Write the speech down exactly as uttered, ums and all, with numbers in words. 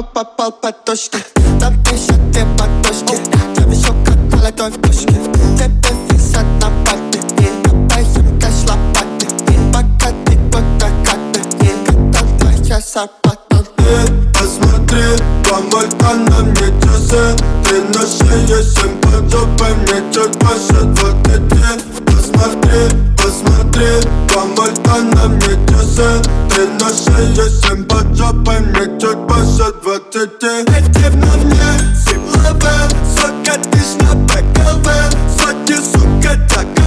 попал под точки. Там пишет ты по точке. Я вижу, как холодой в пушке. Тебе висят на папе. Копаем кэш лопаты. Пока ты куда каты. Готов твоя зарплата. Посмотри, помолька на мне часы. Ты на шее, семь под жопой, мне чуть больше двадцати. Посмотри, посмотри, помолька на мне часы. Ты на шее, семь под жопой, мне чуть больше двадцати. Эти на мне симловые, сука, ты ж на БКВ. Сотни, сука, так